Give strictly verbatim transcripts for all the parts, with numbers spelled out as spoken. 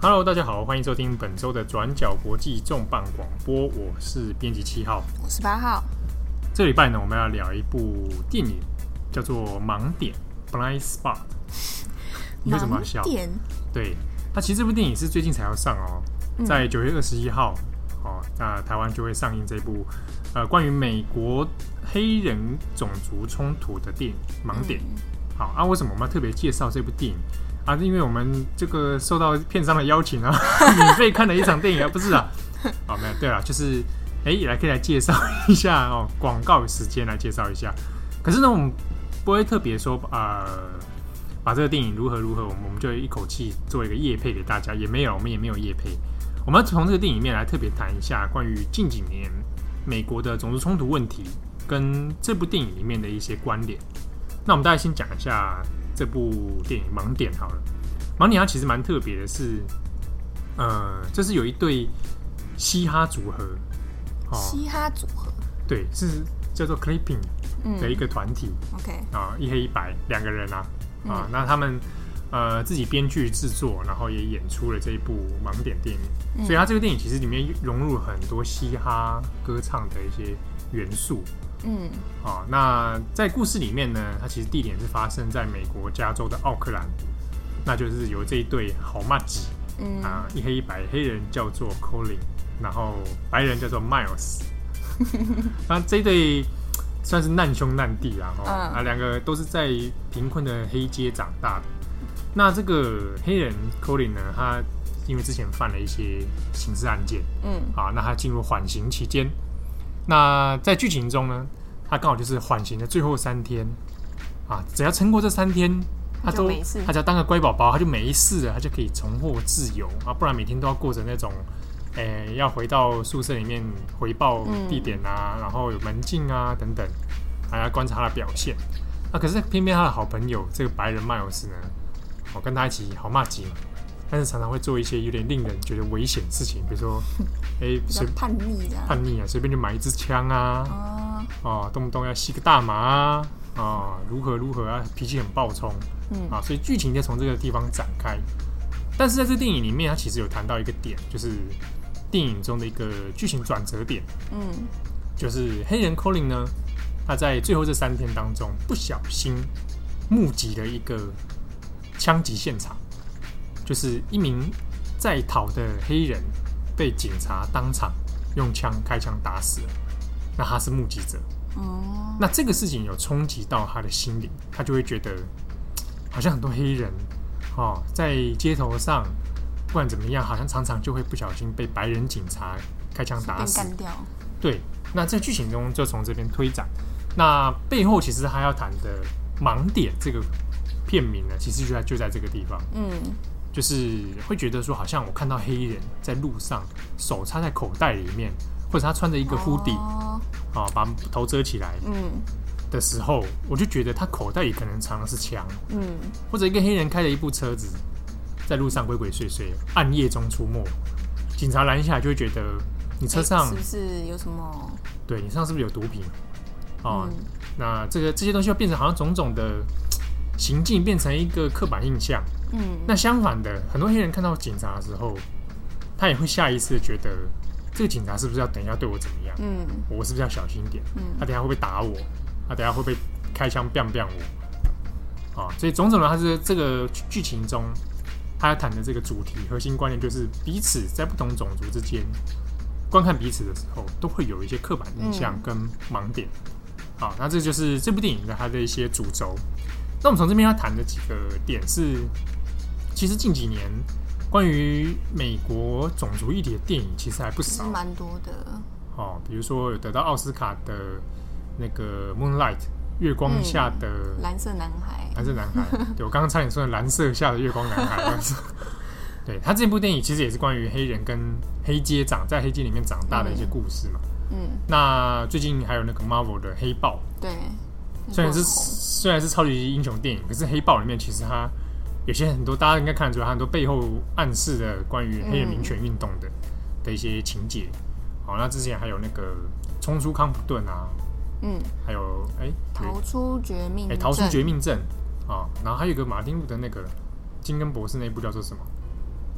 Hello， 大家好，欢迎收听本周的转角国际重磅广播，我是编辑七号， 我是八号。 这礼拜呢，我们要聊一部电影，叫做《盲点》（Blind Spot）。你为什么要笑？对，那其实这部电影是最近才要上哦，在九月二十一号，哦，那台湾就会上映这部呃关于美国黑人种族冲突的电影《盲点》。好啊，为什么我们要特别介绍这部电影？啊，因为我们这个受到片商的邀请啊，免费看了一场电影啊，不是啊？哦，没有，对了，就是哎，也来可以来介绍一下哦，广告时间来介绍一下。可是呢，我们不会特别说呃，把这个电影如何如何，我们我们就一口气做一个业配给大家，也没有，我们也没有业配。我们要从这个电影里面来特别谈一下关于近几年美国的种族冲突问题跟这部电影里面的一些关联。那我们大概先讲一下这部电影《盲点》好了，《盲点》它其实蛮特别的是，呃，这是有一对嘻哈组合， 哦、嘻哈组合， 对，是叫做 Clipping 的一个团体、 嗯、，OK， 啊，一黑一白两个人啊，啊，嗯、那他们呃自己编剧制作，然后也演出了这一部《盲点》电影，嗯、所以它这个电影其实里面融入了很多嘻哈歌唱的一些元素。嗯，好，那在故事里面呢，它其实地点是发生在美国加州的奥克兰，那就是有这一对好麻吉，嗯啊，一黑一白，黑人叫做 Colin， 然后白人叫做 Miles， 那这一对算是难兄难弟啦，嗯、啊，两个都是在贫困的黑街长大的。那这个黑人 Colin 呢，他因为之前犯了一些刑事案件，嗯，啊，那他进入缓刑期间。那在剧情中呢，他刚好就是缓刑的最后三天啊，只要撑过这三天，他都他只要当个乖宝宝，他就没事了，他就可以重获自由啊，不然每天都要过着那种，诶、欸，要回到宿舍里面回报地点啊，嗯、然后有门禁啊等等，还要观察他的表现。啊，可是偏偏他的好朋友这个白人迈尔斯呢，我、哦、跟他一起好骂鸡嘛。但是常常会做一些有点令人觉得危险的事情，比如说，哎、欸， 叛逆的， 叛逆啊，随便就买一支枪啊，哦、啊，动不动要吸个大麻啊，啊，如何如何啊，脾气很暴冲，嗯啊，所以剧情就从这个地方展开。但是在这个电影里面，它其实有谈到一个点，就是电影中的一个剧情转折点，嗯，就是黑人 Colin 呢，他在最后这三天当中不小心目击了一个枪击现场。就是一名在逃的黑人被警察当场用枪开枪打死了，那他是目击者。哦，那这个事情有冲击到他的心灵，他就会觉得好像很多黑人、哦、在街头上不管怎么样，好像常常就会不小心被白人警察开枪打死干掉。对， 那在剧情中就从这边推展。那背后其实他要谈的盲点这个片名呢，其实就在就在这个地方。嗯。就是会觉得说，好像我看到黑人在路上手插在口袋里面，或者他穿着一个 hoodie、哦啊、把头遮起来的时候，嗯、我就觉得他口袋里可能藏的是枪，嗯，或者一个黑人开了一部车子在路上鬼鬼祟祟，暗夜中出没，警察拦下来就会觉得你车上、欸、 是不是有什么？ 对，你身上是不是有毒品？啊、嗯，那这个这些东西要变成好像种种的行径，变成一个刻板印象。嗯，那相反的，很多黑人看到警察的时候，他也会下意识的觉得，这个警察是不是要等一下对我怎么样？嗯，我是不是要小心一点？嗯，他等一下会不会打我？他等一下会不会开枪 biang biang 我？啊，所以种种的，他是这个剧情中，他要谈的这个主题核心观念就是彼此在不同种族之间观看彼此的时候，都会有一些刻板印象跟盲点。好、嗯，那这就是这部电影的它的一些主轴。那我们从这边要谈的几个点是，其实近几年关于美国种族议题的电影其实还不少， 蛮多的。 哦，比如说有得到奥斯卡的那个《Moonlight》月光下的、 嗯、蓝色男孩， 蓝色男孩，对我刚刚差点说的蓝色下的月光男孩。对，他这部电影其实也是关于黑人跟黑街长在黑街里面长大的一些故事嘛。嗯，嗯那最近还有那个 Marvel 的黑豹， 对。 虽然是虽然是超级英雄电影，可是黑豹里面其实它有些很多大家应该看得出来，很多背后暗示的关于黑人民权运动的、嗯、的一些情节。好，那之前还有那个冲出康普顿啊，嗯，还有哎、欸、 逃出绝命镇， 哎、欸、逃出绝命镇啊，然后还有一个马丁路的那个金根博士那一部叫做什么？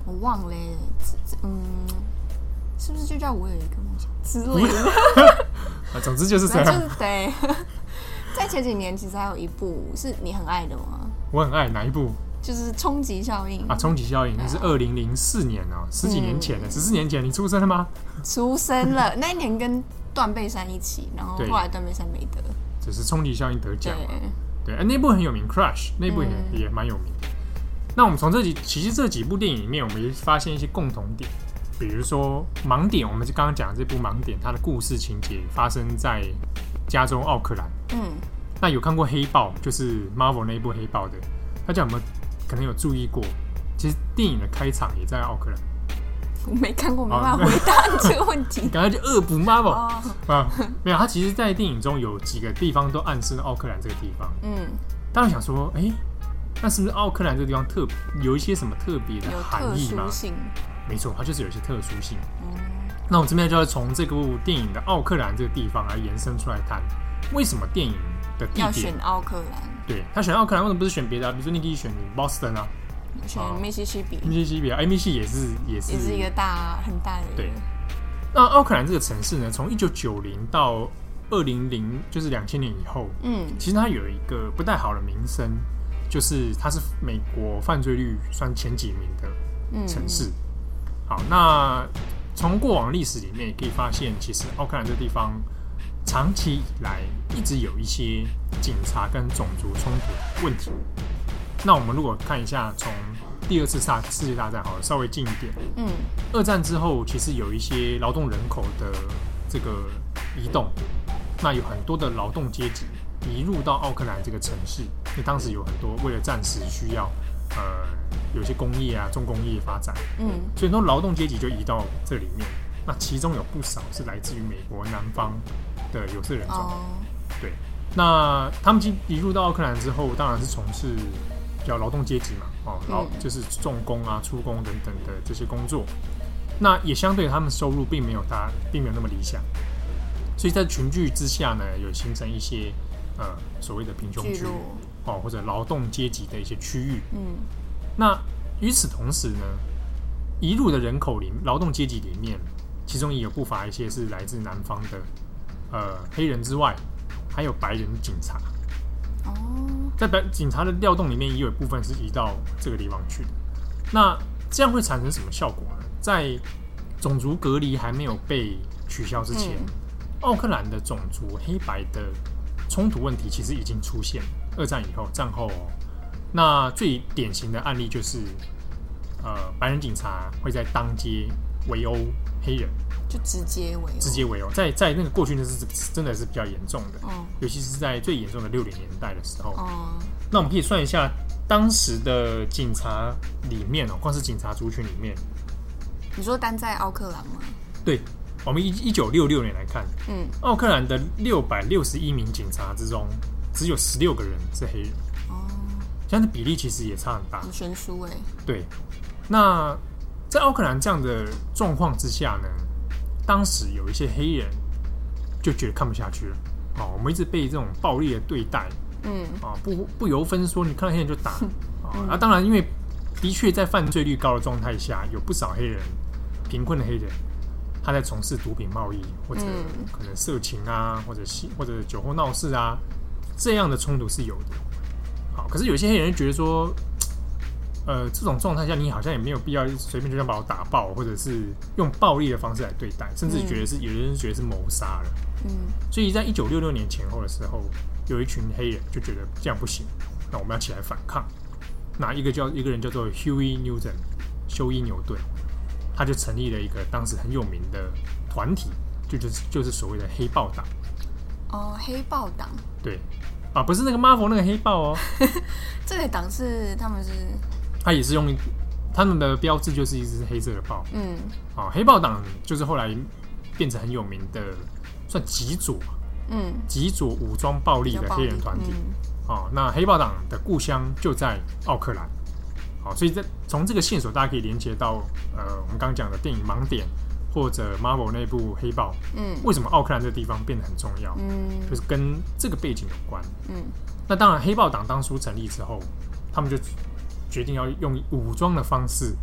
我忘了耶，嗯，是不是就叫我有一个梦想之类的？ 啊，总之就是这样。 就是对。在前几年，其实还有一部是你很爱的吗？ 我很爱哪一部？ 就是《冲击效应》 啊，《冲击效应》那是二零零四年哦，十几年前的，十四年前你出生了吗？ 出生了，那一年跟断背山一起，然后后来断背山没得， 只是《冲击效应》得奖嘛。对，对，那部很有名 ，Crush 那部也、嗯、也蛮有名的。那我们从这几其实这几部电影里面，我们也发现一些共同点，比如说盲点，我们就刚刚讲这部盲点，它的故事情节发生在加州奥克兰。嗯，那有看过黑豹，就是 Marvel 那一部黑豹的，大家有没有可能有注意过？其实电影的开场也在奥克兰。 我没看过，没办法回答你这个问题。 赶快就恶补 Marvel、哦、啊，没有，他其实，在电影中有几个地方都暗示了奥克兰这个地方。嗯，当然想说，哎、欸，那是不是奥克兰这个地方特有一些什么特别的含义吗？没错，它就是有一些特殊性。嗯，那我这边就要从这部电影的奥克兰这个地方来延伸出来谈，为什么电影的地点要选奥克兰？ 对，他选奥克兰，为什么不是选别的、啊？比如说你可以选 Boston 啊。 选密西西比， 密西西比啊，密西也是也是也是一个大很大的人。 对，那奥克兰这个城市呢，从一九九零到二零零，就是两千年以后，嗯，其实它有一个不太好的名声，就是它是美国犯罪率算前几名的城市。嗯、好，那从过往历史里面也可以发现，其实奥克兰这个地方长期以来一直有一些警察跟种族冲突问题。那我们如果看一下，从第二次世界大战好了，稍微近一点，嗯，二战之后，其实有一些劳动人口的这个移动，那有很多的劳动阶级移入到奥克兰这个城市，因为当时有很多为了战时需要，呃，有些工业啊、重工业发展，嗯，所以很多劳动阶级就移到这里面。那其中有不少是来自于美国南方的有色人种，哦、对。那他们移入到奥克兰之后，当然是从事叫劳动阶级嘛，哦，然后就是重工啊、出工等等的这些工作，那也相对他们收入并没有大，并没有那么理想，所以在群聚之下呢，有形成一些呃所谓的贫穷区哦，或者劳动阶级的一些区域。嗯，那与此同时呢，移入的人口里，劳动阶级里面，其中也有不乏一些是来自南方的呃黑人之外，还有白人警察。哦，在白警察的调动里面，也有一部分是移到这个地方去的。那这样会产生什么效果呢？在种族隔离还没有被取消之前，嗯、奥克兰的种族黑白的冲突问题其实已经出现。二战以后、战后哦，那最典型的案例就是，呃，白人警察会在当街围殴黑人。 就直接围殴， 直接围殴，在在那个过去那是真的是比较严重的，嗯、尤其是在最严重的六零年代的时候。嗯、那我们可以算一下，当时的警察里面哦，光是警察族群里面， 你说单在奥克兰吗？ 对，我们一九六六年来看，嗯，奥克兰的六百六十一名警察之中，只有十六个人是黑人。哦，这样的比例其实也差很大， 很悬殊哎。 对，那在奥克兰这样的状况之下呢？当时有一些黑人就觉得看不下去了，哦，我们一直被这种暴力的对待，嗯，啊，不不由分说，你看到黑人就打，啊，嗯、啊当然，因为的确在犯罪率高的状态下，有不少黑人，贫困的黑人，他在从事毒品贸易或者可能色情啊，或者或者酒后闹事啊，这样的冲突是有的。好，可是有些黑人觉得说，呃，这种状态下，你好像也没有必要随便就这样把我打爆，或者是用暴力的方式来对待，甚至觉得是、嗯、有人觉得是谋殺了。嗯，所以在一九六六年前后的时候，有一群黑人就觉得这样不行，那我们要起来反抗。那一个叫一个人叫做 Huey Newton 休伊牛顿，他就成立了一个当时很有名的团体，就就是就是所谓的黑豹党。 哦，黑豹党。对， 啊，不是那个 Marvel 那个黑豹哦。 这个党是他们是。 他也是用他们的标志就是一只黑色的豹，嗯，啊，黑豹党就是后来变成很有名的，算极左，嗯，极左武装暴力的黑人团体，嗯、啊，那黑豹党的故乡就在奥克兰，好，所以在从这个线索，大家可以连接到呃，我们刚刚讲的电影《盲点》或者 Marvel 那部黑豹，嗯，为什么奥克兰这个地方变得很重要，嗯，就是跟这个背景有关，嗯，那当然黑豹党当初成立之后，他们就决定要用武装的方式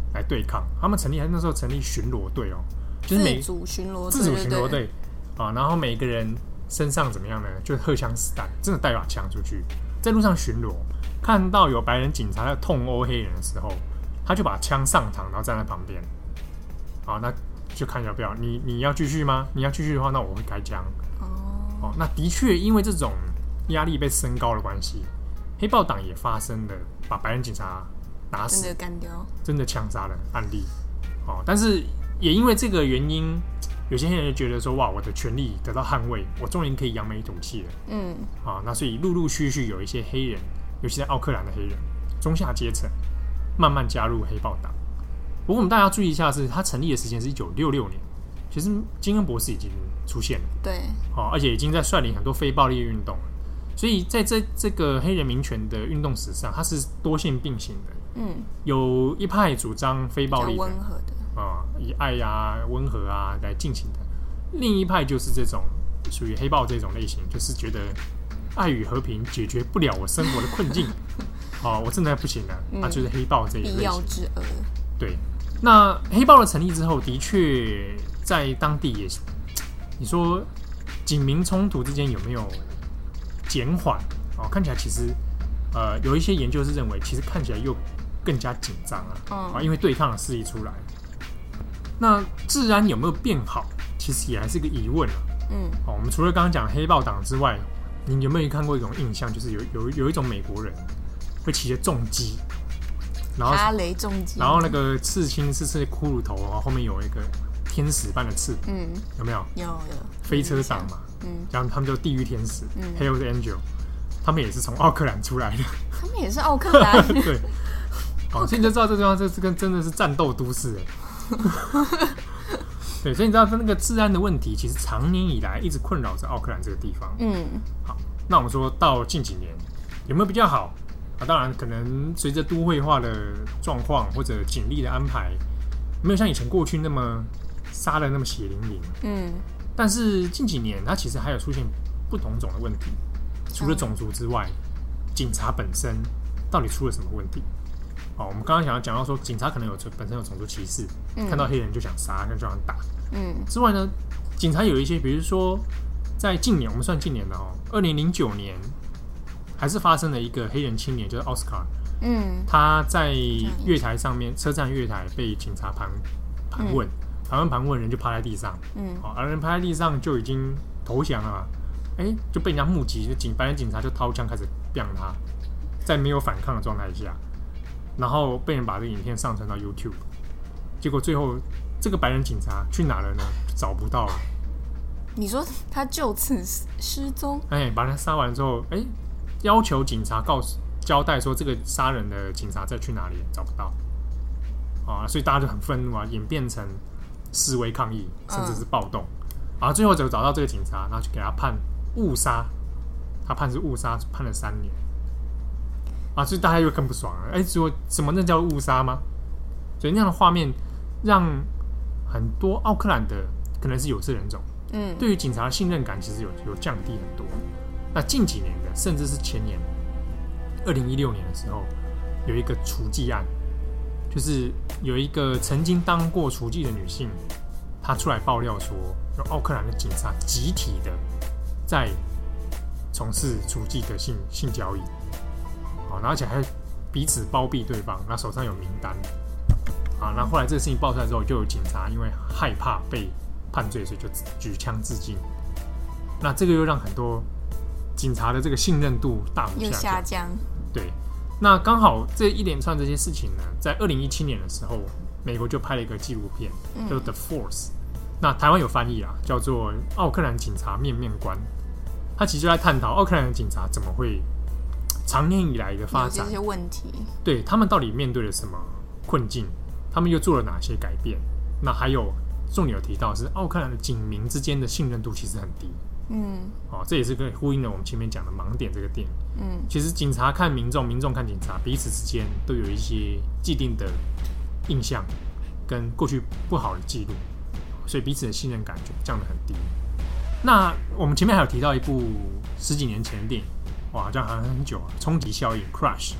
来对抗。他们成立那时候成立巡逻队哦，就是每自主巡逻自主巡逻队啊，然后每个人身上怎么样呢？就荷枪实弹，真的带把枪出去，在路上巡逻，看到有白人警察在痛殴黑人的时候，他就把枪上膛，然后站在旁边。好，那就看要不要你你要继续吗？你要继续的话，那我会开枪。哦，哦，那的确因为这种压力被升高的关系，黑豹党也发生了把白人警察打死、 真的干掉、 真的枪杀的案例。哦，但是也因为这个原因，有些黑人觉得说，哇，我的权利得到捍卫，我终于可以扬眉吐气了。嗯，啊，那所以陆陆续续有一些黑人，尤其在奥克兰的黑人，中下阶层，慢慢加入黑豹党。不过我们大家要注意一下是，它成立的时间是一九六六年，其实金恩博士已经出现了， 对， 哦，而且已经在率领很多非暴力运动了。所以在这这个黑人民权的运动史上，它是多线并行的。嗯，有一派主张非暴力的、 温和的啊、呃，以爱啊、温和啊来进行的；另一派就是这种属于黑豹这种类型，就是觉得爱与和平解决不了我生活的困境，哦，我真的不行了，嗯、啊，就是黑豹这一类型。 必要之恶。对。 那黑豹的成立之后，的确在当地也，你说警民冲突之间有没有减缓？哦，看起来其实呃有一些研究是认为，其实看起来又更加紧张啊，嗯、啊，因为对抗的势力出来。那治安有没有变好？其实也还是个疑问啊。嗯，哦，我们除了刚刚讲黑豹党之外，你有没有看过一种印象，就是有有有一种美国人会骑着重机？然后哈雷重机， 然后那个刺青是是骷髅头，然后后面有一个天使般的刺，嗯，有没有？ 有有。 飞车党嘛，嗯，然后他们叫地狱天使，嗯 ，Hell's Angel， 他们也是从奥克兰出来的， 他们也是奥克兰， 对，好，所以你就知道这地方这这个真的是战斗都市哎，对，所以你知道那个治安的问题，其实长年以来一直困扰着奥克兰这个地方，嗯，好，那我们说到近几年有没有比较好？啊，当然，可能随着都会化的状况或者警力的安排，没有像以前过去那么杀的那么血淋淋。嗯，但是近几年，它其实还有出现不同种的问题。除了种族之外，嗯、警察本身到底出了什么问题？哦，我们刚刚想要讲到说，警察可能有本身有种族歧视，嗯、看到黑人就想杀，就想打。嗯，之外呢，警察有一些，比如说在近年，我们算近年的哦，二零零九年。还是发生了一个黑人青年，就是奥斯卡，嗯，他在月台上面，车站月台被警察盘盘问，盘问盘问，人就趴在地上，嗯，好，而人趴在地上就已经投降了，哎、欸，就被人家目击，警白人警察就掏枪开始毙他，在没有反抗的状态下，然后被人把这个影片上传到 YouTube， 结果最后这个白人警察去哪了呢？找不到了。 你说他就此失踪？ 哎、欸，把他杀完之后，哎、欸。要求警察告诉交代说这个杀人的警察在去哪里，找不到啊，所以大家就很愤怒啊，演变成示威抗议，甚至是暴动。嗯、啊，最后就找到这个警察，然后就给他判误杀，他判是误杀，判了三年。啊，所以大家又更不爽了。哎，说什么那叫误杀吗？所以那样的画面让很多奥克兰的可能是有色人种，嗯，对于警察的信任感其实有有降低很多。那近几年的，甚至是前年，二零一六年的时候，有一个雏妓案，就是有一个曾经当过雏妓的女性，她出来爆料说，有奥克兰的警察集体的在从事雏妓的性性交易，好，而且还彼此包庇对方，那手上有名单，啊，那后来这个事情爆出来之后，就有警察因为害怕被判罪，所以就举枪自尽。那这个又让很多警察的这个信任度大幅下降， 下降。 对，那刚好这一连串这些事情呢，在二零一七年的时候，美国就拍了一个纪录片，嗯、叫做《The Force》。那台湾有翻译啦，叫做《奥克兰警察面面观》。他其实就在探讨奥克兰的警察怎么会长年以来的发展， 有这些问题， 对他们到底面对了什么困境，他们又做了哪些改变？那还有重点有提到是奥克兰的警民之间的信任度其实很低。嗯，哦，这也是跟呼应了我们前面讲的盲点这个点。嗯，其实警察看民众，民众看警察，彼此之间都有一些既定的印象跟过去不好的记录，所以彼此的信任感就降得很低。那我们前面还有提到一部十几年前的电影，哇，好像好像很久啊，《冲击效应》 （Crash），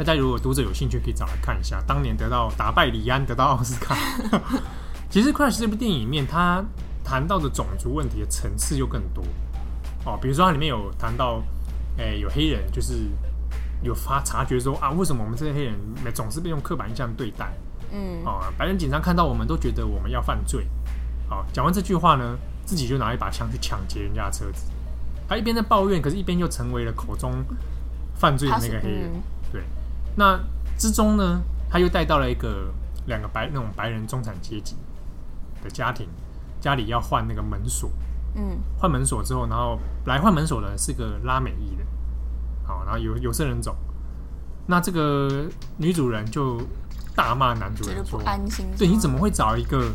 大家如果读者有兴趣，可以找来看一下，当年得到打败李安，得到奥斯卡。其实《Crash》这部电影里面，它谈到的种族问题的层次又更多哦。比如说，它里面有谈到，诶、欸，有黑人就是有发察觉说啊，为什么我们这些黑人总是被用刻板印象对待？嗯，哦，白人警察看到我们都觉得我们要犯罪。好，讲完这句话呢，自己就拿一把枪去抢劫人家的车子。他一边在抱怨，可是一边又成为了口中犯罪的那个黑人。嗯、对，那之中呢，他又带到了一个两个白那种白人中产阶级的家庭，家里要换那个门锁。嗯，换门锁之后，然后来换门锁的是个拉美裔的，好，然后有有色人种。那这个女主人就大骂男主人说：“ 不安心， 对，你怎么会找一个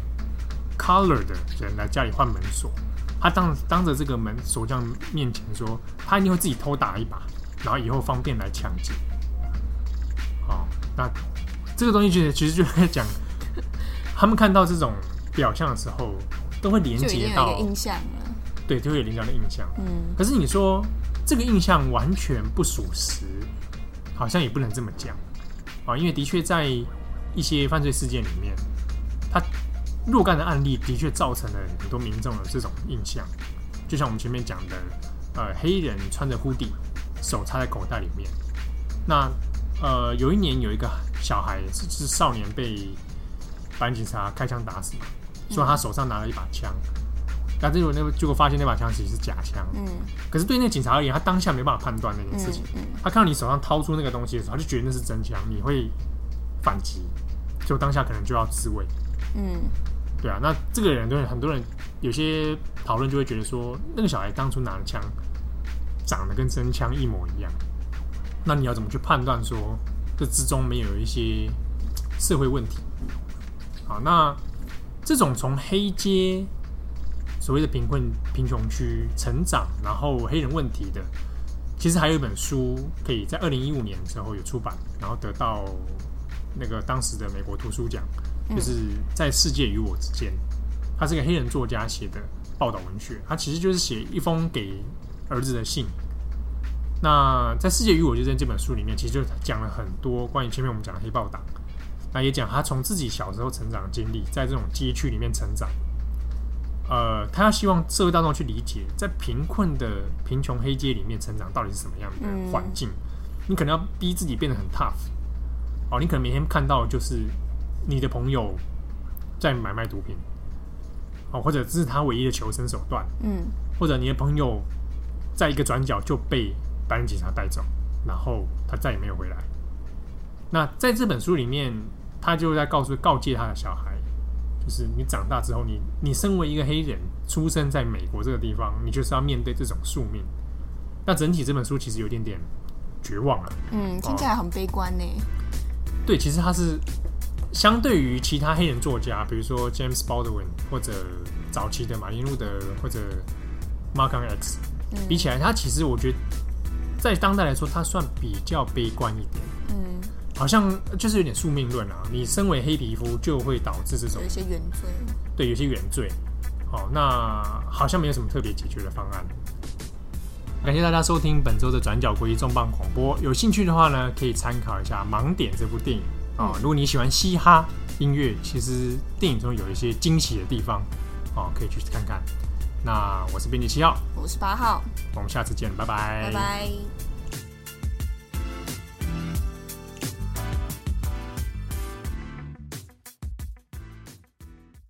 color 的人来家里换门锁？”他当当着这个门锁匠面前说，他一定会自己偷打一把，然后以后方便来抢劫。好，那这个东西其实就在讲，他们看到这种表象的时候，都会连接到就有一个印象了， 对，就会有连接的印象。嗯，可是你说这个印象完全不属实，好像也不能这么讲啊，因为的确在一些犯罪事件里面，他若干的案例的确造成了很多民众的这种印象，就像我们前面讲的，呃，黑人穿着 hoodie， 手插在口袋里面。那呃，有一年有一个小孩是是少年被白人警察开枪打死嘛，说他手上拿了一把枪，但结果那结果发现那把枪其实是假枪。嗯。可是对那个警察而言，他当下没办法判断那件事情。嗯嗯、他看到你手上掏出那个东西的时候，他就觉得那是真枪，你会反击，就当下可能就要自卫。嗯。对啊，那这个人，很多人有些讨论就会觉得说，那个小孩当初拿的枪长得跟真枪一模一样，那你要怎么去判断说这之中没有一些社会问题？好，那这种从黑街所谓的贫困贫穷区成长，然后黑人问题的，其实还有一本书可以在二零一五年之后有出版，然后得到那个当时的美国图书奖。就是在世界与我之间，他是个黑人作家写的报道文学，他其实就是写一封给儿子的信。那在世界与我之间这本书里面，其实就讲了很多关于前面我们讲的黑豹党，那也讲他从自己小时候成长的经历，在这种街区里面成长。呃，他要希望社会大众去理解，在贫困的贫穷黑街里面成长到底是什么样的环境。嗯、你可能要逼自己变得很 tough， 哦，你可能每天看到的就是你的朋友在买卖毒品，哦，或者这是他唯一的求生手段，嗯，或者你的朋友在一个转角就被白人警察带走，然后他再也没有回来。那在这本书里面，他就在告诉告诫他的小孩，就是你长大之后，你你身为一个黑人，出生在美国这个地方，你就是要面对这种宿命。那整体这本书其实有点点绝望了， 嗯，听起来很悲观呢。 对，其实他是。相对于其他黑人作家，比如说 James Baldwin 或者早期的马丁路德或者 Malcolm X，嗯、比起来，他其实我觉得在当代来说，他算比较悲观一点。嗯，好像就是有点宿命论啊。你身为黑皮肤，就会导致这种有一些原罪。 对，有些原罪。好，那好像没有什么特别解决的方案。感谢大家收听本周的转角国际重磅广播。有兴趣的话呢，可以参考一下《盲点》这部电影。哦，如果你喜欢嘻哈音乐，其实电影中有一些惊喜的地方，哦，可以去看看。那我是编辑七号， 我是八号， 我们下次见，拜拜， 拜拜。